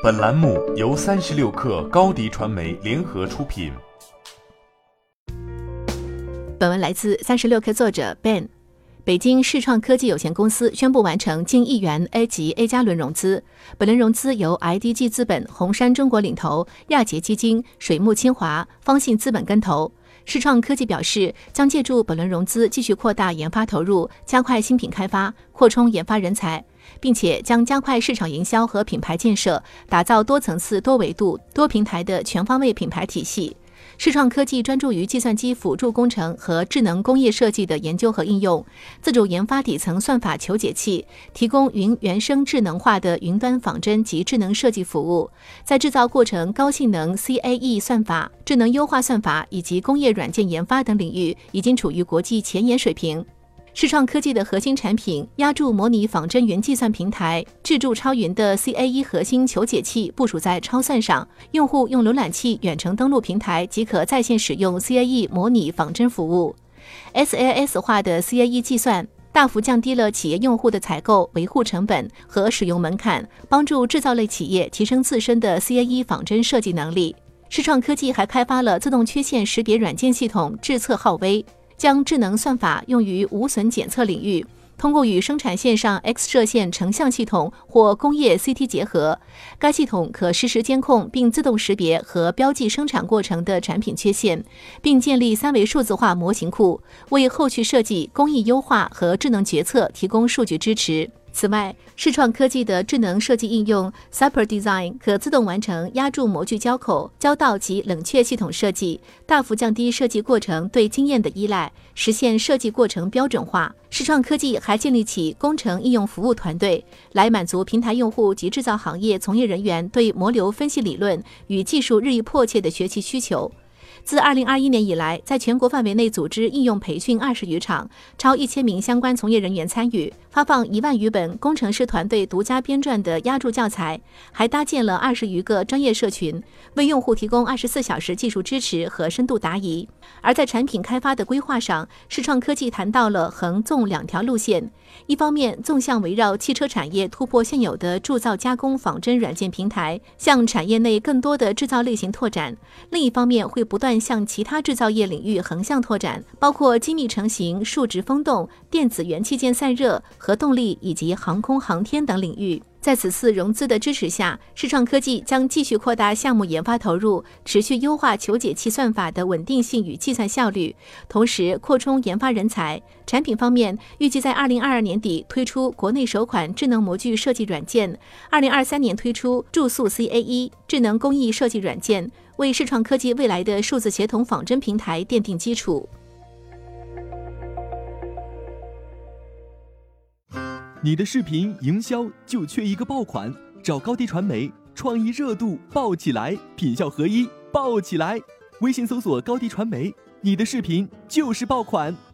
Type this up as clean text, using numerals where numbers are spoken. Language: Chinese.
本栏目由36氪高迪传媒联合出品。 本文来自36氪作者 Ben。北京世创科技有限公司宣布完成近1亿元 A 级 A 加轮融资，本轮融资由 IDG 资本、红杉中国领投、亚杰基金、水木清华、方信资本跟投。世创科技表示，将借助本轮融资继续扩大研发投入，加快新品开发，扩充研发人才，并且将加快市场营销和品牌建设，打造多层次、多维度、多平台的全方位品牌体系。世创科技专注于计算机辅助工程和智能工业设计的研究和应用，自主研发底层算法求解器，提供云原生智能化的云端仿真及智能设计服务，在制造过程、高性能 CAE 算法、智能优化算法以及工业软件研发等领域已经处于国际前沿水平。世创科技的核心产品压铸模拟仿真云计算平台智筑超云的 CAE 核心求解器部署在超算上，用户用浏览器远程登录平台即可在线使用 CAE 模拟仿真服务。SaaS 化的 CAE 计算大幅降低了企业用户的采购、维护成本和使用门槛，帮助制造类企业提升自身的 CAE 仿真设计能力。世创科技还开发了自动缺陷识别软件系统智测浩威，将智能算法用于无损检测领域，通过与生产线上 X 射线成像系统或工业 CT 结合，该系统可实时监控并自动识别和标记生产过程的产品缺陷，并建立3维数字化模型库，为后续设计、工艺优化和智能决策提供数据支持。此外，世创科技的智能设计应用 Super Design 可自动完成压铸模具胶口、胶道及冷却系统设计，大幅降低设计过程对经验的依赖，实现设计过程标准化。世创科技还建立起工程应用服务团队，来满足平台用户及制造行业从业人员对模流分析理论与技术日益迫切的学习需求。自2021年以来，在全国范围内组织应用培训20余场，超1000名相关从业人员参与，发放1万余本工程师团队独家编撰的压铸教材，还搭建了20余个专业社群，为用户提供24小时技术支持和深度答疑。而在产品开发的规划上，世创科技谈到了横纵2条路线，一方面纵向围绕汽车产业突破现有的铸造加工仿真软件平台，向产业内更多的制造类型拓展；另一方面会不断向其他制造业领域横向拓展，包括精密成型、数值风洞、电子元器件散热、核动力以及航空航天等领域。在此次融资的支持下，世创科技将继续扩大项目研发投入，持续优化求解器算法的稳定性与计算效率，同时扩充研发人才。产品方面，预计在2022年底推出国内首款智能模具设计软件，2023年推出注塑 CAE 智能工艺设计软件，为世创科技未来的数字协同仿真平台奠定基础。 你的视频营销就缺一个爆款，找高迪传媒，创意热度爆起来，品效合一爆起来。微信搜索高迪传媒，你的视频就是爆款。